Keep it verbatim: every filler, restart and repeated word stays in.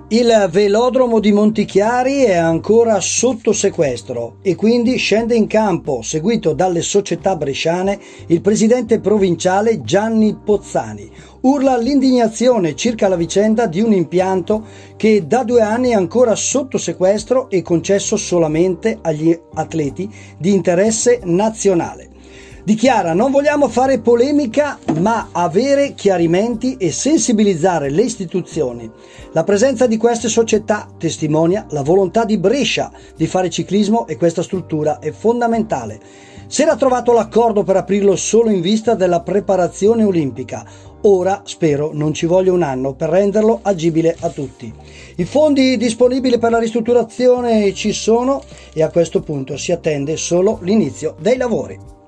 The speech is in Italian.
Il velodromo di Montichiari è ancora sotto sequestro e quindi scende in campo, seguito dalle società bresciane, il presidente provinciale Gianni Pozzani. Urla l'indignazione circa la vicenda di un impianto che da due anni è ancora sotto sequestro e concesso solamente agli atleti di interesse nazionale. Dichiara: non vogliamo fare polemica ma avere chiarimenti e sensibilizzare le istituzioni. La presenza di queste società testimonia la volontà di Brescia di fare ciclismo e questa struttura è fondamentale. Si era trovato l'accordo per aprirlo solo in vista della preparazione olimpica. Ora spero non ci voglia un anno per renderlo agibile a tutti. I fondi disponibili per la ristrutturazione ci sono e a questo punto si attende solo l'inizio dei lavori.